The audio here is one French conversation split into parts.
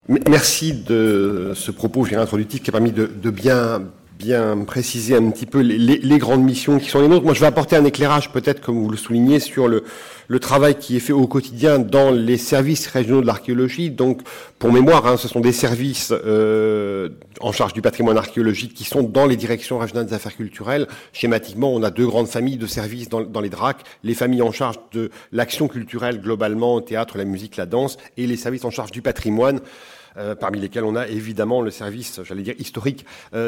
Merci de ce propos introductif qui a permis de bien préciser un petit peu les grandes missions qui sont les nôtres. Moi, je vais apporter un éclairage, peut-être, comme vous le soulignez, sur le travail qui est fait au quotidien dans les services régionaux de l'archéologie. Donc, pour mémoire, ce sont des services en charge du patrimoine archéologique qui sont dans les directions régionales des affaires culturelles. Schématiquement, on a deux grandes familles de services dans les DRAC. Les familles en charge de l'action culturelle globalement, théâtre, la musique, la danse, et les services en charge du patrimoine. Parmi lesquels on a évidemment le service, j'allais dire historique,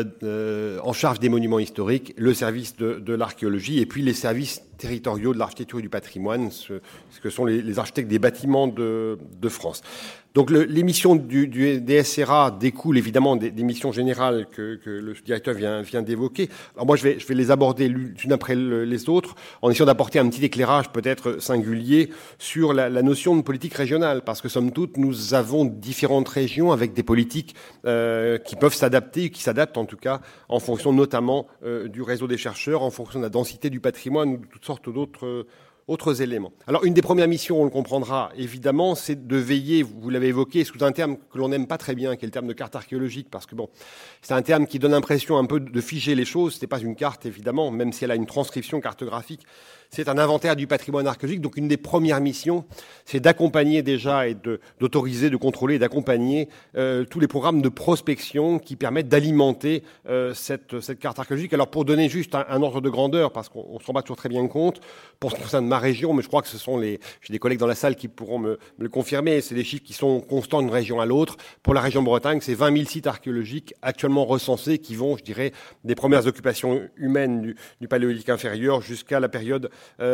en charge des monuments historiques, le service de l'archéologie, et puis les services territoriaux de l'architecture et du patrimoine, ce que sont les architectes des bâtiments de France. Donc les missions des SRA découlent évidemment des missions générales que le directeur vient d'évoquer. Alors moi je vais les aborder l'une après les autres en essayant d'apporter un petit éclairage peut-être singulier sur la notion de politique régionale, parce que somme toute nous avons différentes régions avec des politiques qui peuvent s'adapter, qui s'adaptent en tout cas en fonction notamment du réseau des chercheurs, en fonction de la densité du patrimoine ou de toutes sortes d'autres éléments. Alors, une des premières missions, on le comprendra évidemment, c'est de veiller, vous l'avez évoqué, sous un terme que l'on n'aime pas très bien, qui est le terme de carte archéologique, parce que bon, c'est un terme qui donne l'impression un peu de figer les choses. C'est pas une carte, évidemment, même si elle a une transcription cartographique. C'est un inventaire du patrimoine archéologique. Donc, une des premières missions, c'est d'accompagner déjà et d'autoriser, de contrôler et d'accompagner tous les programmes de prospection qui permettent d'alimenter cette carte archéologique. Alors, pour donner juste un ordre de grandeur, parce qu'on s'en bat toujours très bien compte, pour ce qui concerne ma région, mais je crois que ce sont j'ai des collègues dans la salle qui pourront me le confirmer, c'est des chiffres qui sont constants d'une région à l'autre. Pour la région Bretagne, c'est 20 000 sites archéologiques actuellement recensés qui vont, je dirais, des premières occupations humaines du Paléolithique inférieur jusqu'à la période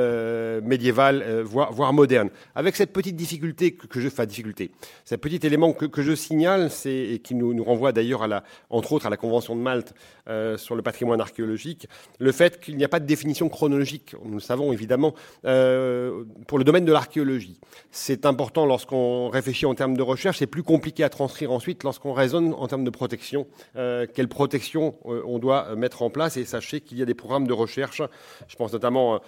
médiévale, voire moderne. Avec cette petite difficulté ce petit élément que je signale, et qui nous renvoie d'ailleurs entre autres à la Convention de Malte sur le patrimoine archéologique, le fait qu'il n'y a pas de définition chronologique, nous le savons évidemment, pour le domaine de l'archéologie. C'est important lorsqu'on réfléchit en termes de recherche, c'est plus compliqué à transcrire ensuite lorsqu'on raisonne en termes de protection. Quelle protection on doit mettre en place, et sachez qu'il y a des programmes de recherche, je pense notamment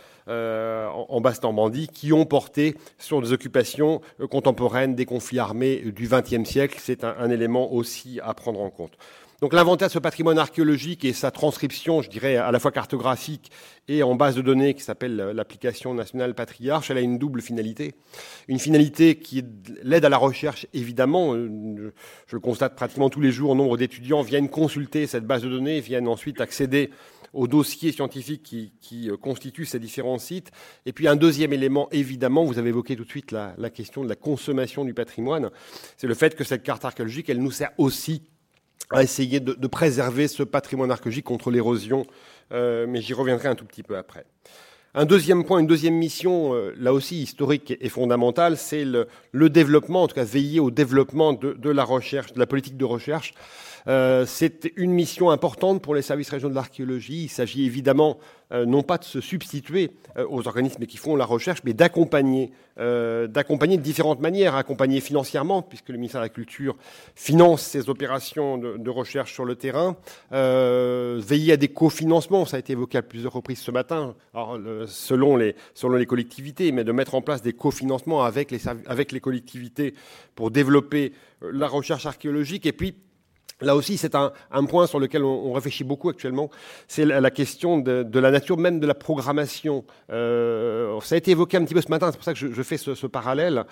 en Basse-Normandie, qui ont porté sur des occupations contemporaines des conflits armés du XXe siècle. C'est un élément aussi à prendre en compte. Donc l'inventaire de ce patrimoine archéologique et sa transcription, je dirais, à la fois cartographique et en base de données qui s'appelle l'application nationale Patriarche, elle a une double finalité. Une finalité qui est l'aide à la recherche, évidemment. Je le constate pratiquement tous les jours, nombre d'étudiants viennent consulter cette base de données, viennent ensuite accéder aux dossiers scientifiques qui constituent ces différents sites. Et puis un deuxième élément, évidemment, vous avez évoqué tout de suite la question de la consommation du patrimoine, c'est le fait que cette carte archéologique, elle nous sert aussi à essayer de préserver ce patrimoine archéologique contre l'érosion, mais j'y reviendrai un tout petit peu après. Un deuxième point, une deuxième mission, là aussi historique et fondamentale, c'est le développement, en tout cas veiller au développement de la recherche, de la politique de recherche. C'est une mission importante pour les services régionaux de l'archéologie. Il s'agit évidemment non pas de se substituer aux organismes qui font la recherche, mais d'accompagner de différentes manières, accompagner financièrement, puisque le ministère de la Culture finance ces opérations de recherche sur le terrain, veiller à des cofinancements, ça a été évoqué à plusieurs reprises ce matin, alors, selon les collectivités, mais de mettre en place des cofinancements avec les collectivités pour développer la recherche archéologique. Et puis, là aussi, c'est un point sur lequel on réfléchit beaucoup actuellement, c'est la question de la nature même de la programmation. Ça a été évoqué un petit peu ce matin, c'est pour ça que je fais ce parallèle.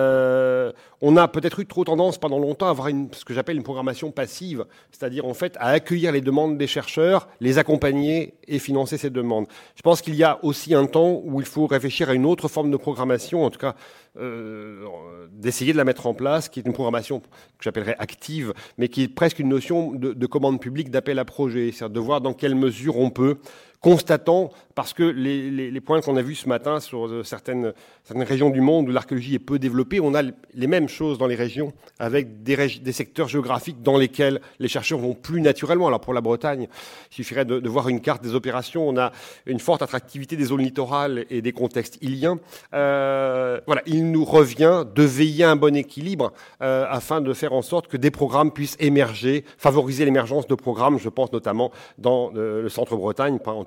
On a peut-être eu trop tendance pendant longtemps à avoir ce que j'appelle une programmation passive, c'est-à-dire en fait à accueillir les demandes des chercheurs, les accompagner et financer ces demandes. Je pense qu'il y a aussi un temps où il faut réfléchir à une autre forme de programmation, en tout cas d'essayer de la mettre en place, qui est une programmation que j'appellerais active, mais qui est presque une notion de commande publique, d'appel à projet, c'est-à-dire de voir dans quelle mesure on peut, constatant, parce que les points qu'on a vus ce matin sur certaines régions du monde où l'archéologie est peu développée, on a les mêmes choses dans les régions, avec des secteurs géographiques dans lesquels les chercheurs vont plus naturellement. Alors pour la Bretagne, il suffirait de voir une carte des opérations, on a une forte attractivité des zones littorales et des contextes iliens. Voilà, il nous revient de veiller à un bon équilibre afin de faire en sorte que des programmes puissent émerger, favoriser l'émergence de programmes, je pense notamment dans le centre Bretagne, en tout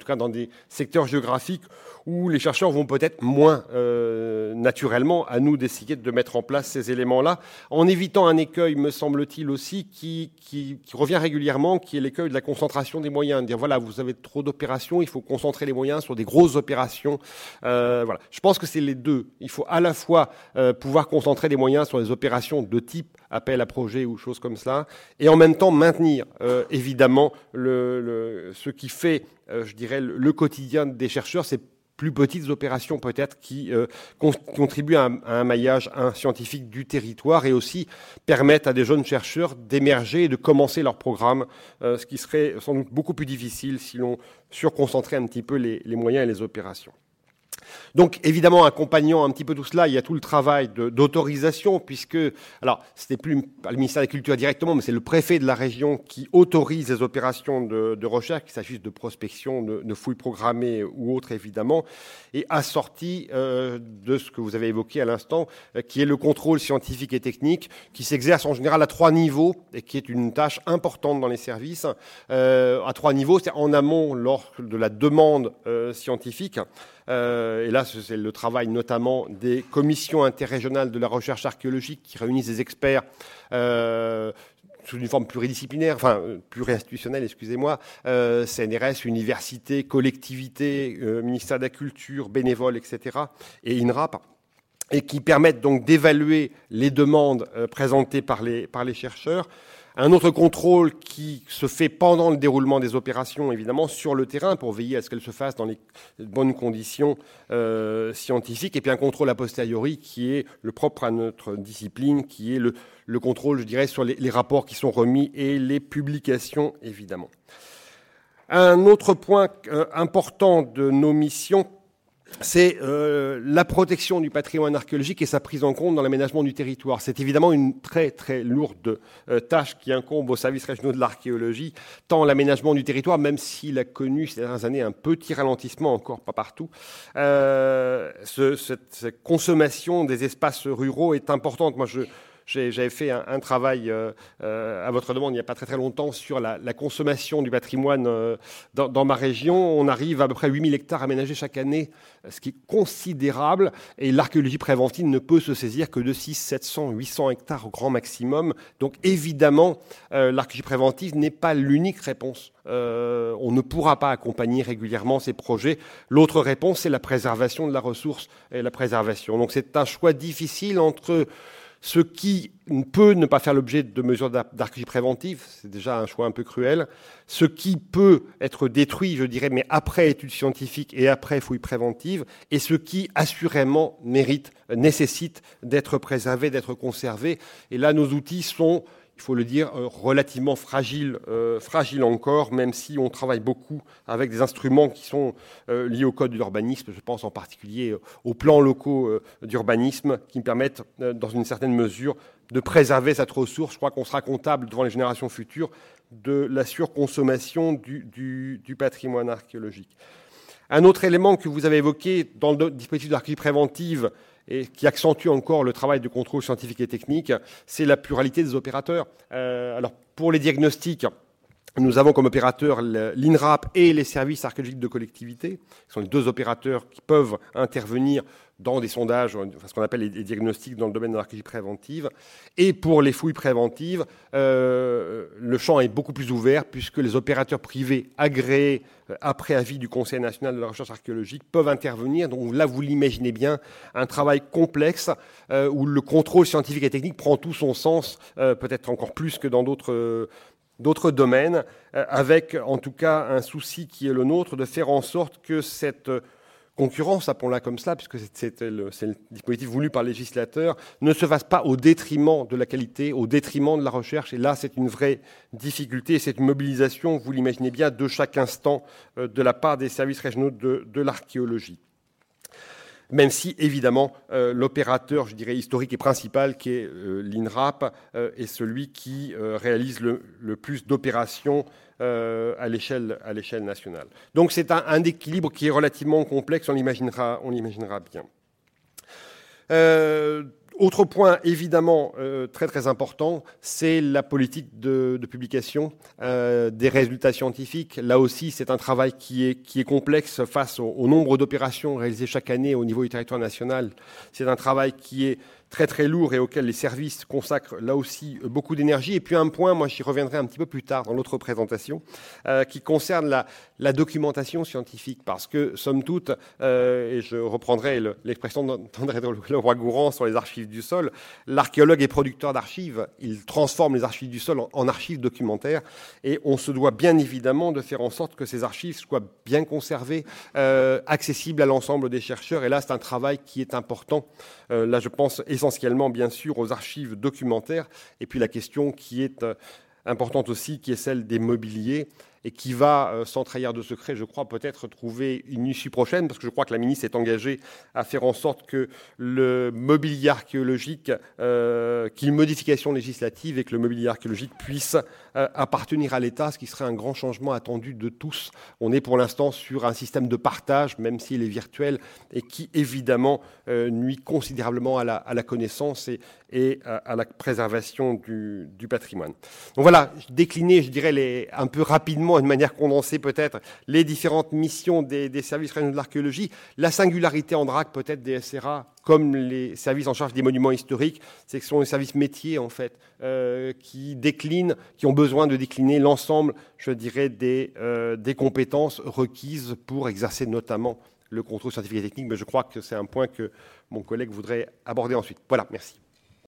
tout cas dans des secteurs géographiques où les chercheurs vont peut-être moins naturellement à nous d'essayer de mettre en place ces éléments-là, en évitant un écueil, me semble-t-il aussi, qui revient régulièrement, qui est l'écueil de la concentration des moyens. De dire, voilà, vous avez trop d'opérations, il faut concentrer les moyens sur des grosses opérations. Voilà. Je pense que c'est les deux. Il faut à la fois pouvoir concentrer les moyens sur des opérations de type appel à projet ou choses comme cela, et en même temps maintenir évidemment ce qui fait, je dirais, le quotidien des chercheurs, c'est plus petites opérations peut-être qui contribuent à un maillage scientifique du territoire et aussi permettent à des jeunes chercheurs d'émerger et de commencer leur programme, ce qui serait sans doute beaucoup plus difficile si l'on surconcentrait un petit peu les moyens et les opérations. Donc, évidemment, accompagnant un petit peu tout cela, il y a tout le travail d'autorisation, puisque, alors, c'était plus le ministère de la Culture directement, mais c'est le préfet de la région qui autorise les opérations de recherche, qu'il s'agisse de prospection, de fouilles programmées ou autres, évidemment, et assorti de ce que vous avez évoqué à l'instant, qui est le contrôle scientifique et technique, qui s'exerce en général à 3 niveaux, et qui est une tâche importante dans les services. À 3 niveaux, c'est en amont, lors de la demande scientifique. Et là, c'est le travail notamment des commissions interrégionales de la recherche archéologique qui réunissent des experts sous une forme pluridisciplinaire, enfin plurinstitutionnelle, excusez-moi, CNRS, universités, collectivités, ministère de la Culture, bénévoles, etc., et INRAP, et qui permettent donc d'évaluer les demandes présentées par les chercheurs. Un autre contrôle qui se fait pendant le déroulement des opérations, évidemment, sur le terrain, pour veiller à ce qu'elles se fassent dans les bonnes conditions scientifiques. Et puis un contrôle a posteriori qui est le propre à notre discipline, qui est le contrôle, je dirais, sur les rapports qui sont remis et les publications, évidemment. Un autre point important de nos missions, c'est la protection du patrimoine archéologique et sa prise en compte dans l'aménagement du territoire. C'est évidemment une très très lourde tâche qui incombe aux services régionaux de l'archéologie, tant l'aménagement du territoire, même s'il a connu ces dernières années un petit ralentissement, encore pas partout, cette consommation des espaces ruraux est importante. Moi, j'avais fait un travail à votre demande il n'y a pas très très longtemps sur la consommation du patrimoine dans ma région. On arrive à peu près 8000 hectares aménagés chaque année, ce qui est considérable. Et l'archéologie préventive ne peut se saisir que de 600, 700, 800 hectares au grand maximum. Donc évidemment, l'archéologie préventive n'est pas l'unique réponse. On ne pourra pas accompagner régulièrement ces projets. L'autre réponse, c'est la préservation de la ressource et la préservation. Donc c'est un choix difficile entre ce qui peut ne pas faire l'objet de mesures d'archéologie préventive, c'est déjà un choix un peu cruel. Ce qui peut être détruit, je dirais, mais après études scientifiques et après fouilles préventives, et ce qui, assurément, nécessite d'être préservé, d'être conservé. Et là, nos outils sont, il faut le dire, relativement fragiles encore, même si on travaille beaucoup avec des instruments qui sont liés au code de l'urbanisme. Je pense en particulier aux plans locaux d'urbanisme qui me permettent, dans une certaine mesure, de préserver cette ressource. Je crois qu'on sera comptable devant les générations futures de la surconsommation du patrimoine archéologique. Un autre élément que vous avez évoqué dans le dispositif d'archéologie préventive et qui accentue encore le travail de contrôle scientifique et technique, c'est la pluralité des opérateurs. Alors, pour les diagnostics, nous avons comme opérateurs l'INRAP et les services archéologiques de collectivité, qui sont les deux opérateurs qui peuvent intervenir dans des sondages, ce qu'on appelle les diagnostics dans le domaine de l'archéologie préventive. Et pour les fouilles préventives, le champ est beaucoup plus ouvert puisque les opérateurs privés agréés après avis du Conseil national de la recherche archéologique peuvent intervenir. Donc là, vous l'imaginez bien, un travail complexe où le contrôle scientifique et technique prend tout son sens, peut-être encore plus que dans d'autres domaines, avec en tout cas un souci qui est le nôtre de faire en sorte que cette concurrence, appelons-la comme cela, puisque c'est le dispositif voulu par le législateur, ne se fasse pas au détriment de la qualité, au détriment de la recherche. Et là, c'est une vraie difficulté. C'est une mobilisation, vous l'imaginez bien, de chaque instant de la part des services régionaux de l'archéologie. Même si, évidemment, l'opérateur, je dirais, historique et principal, qui est l'INRAP, est celui qui réalise le plus d'opérations à l'échelle nationale. Donc c'est un équilibre qui est relativement complexe, on l'imaginera bien. Autre point évidemment très très important, c'est la politique de publication des résultats scientifiques. Là aussi, c'est un travail qui est complexe face au nombre d'opérations réalisées chaque année au niveau du territoire national. C'est un travail qui est très très lourd et auquel les services consacrent là aussi beaucoup d'énergie. Et puis un point, moi j'y reviendrai un petit peu plus tard dans l'autre présentation, qui concerne la documentation scientifique, parce que somme toute, et je reprendrai l'expression d'André Leroi-Gourhan sur les archives du sol, l'archéologue est producteur d'archives, il transforme les archives du sol en archives documentaires, et on se doit bien évidemment de faire en sorte que ces archives soient bien conservées, accessibles à l'ensemble des chercheurs, et là c'est un travail qui est important. Là je pense essentiellement bien sûr aux archives documentaires, et puis la question qui est importante aussi, qui est celle des mobiliers, et qui va, sans trahir de secret, je crois, peut-être trouver une issue prochaine, parce que je crois que la ministre est engagée à faire en sorte que le mobilier archéologique, qu'il y ait une modification législative et que le mobilier archéologique puisse appartenir à l'État, ce qui serait un grand changement attendu de tous. On est pour l'instant sur un système de partage, même s'il est virtuel, et qui, évidemment, nuit considérablement à la connaissance et à la préservation du patrimoine. Donc voilà, décliner, je dirais, un peu rapidement, de manière condensée peut-être, les différentes missions des services régionaux de l'archéologie. La singularité en DRAC peut-être des SRA, comme les services en charge des monuments historiques, c'est que ce sont des services métiers en fait, qui déclinent, qui ont besoin de décliner l'ensemble, je dirais, des compétences requises pour exercer notamment le contrôle scientifique et technique. Mais je crois que c'est un point que mon collègue voudrait aborder ensuite. Voilà, merci.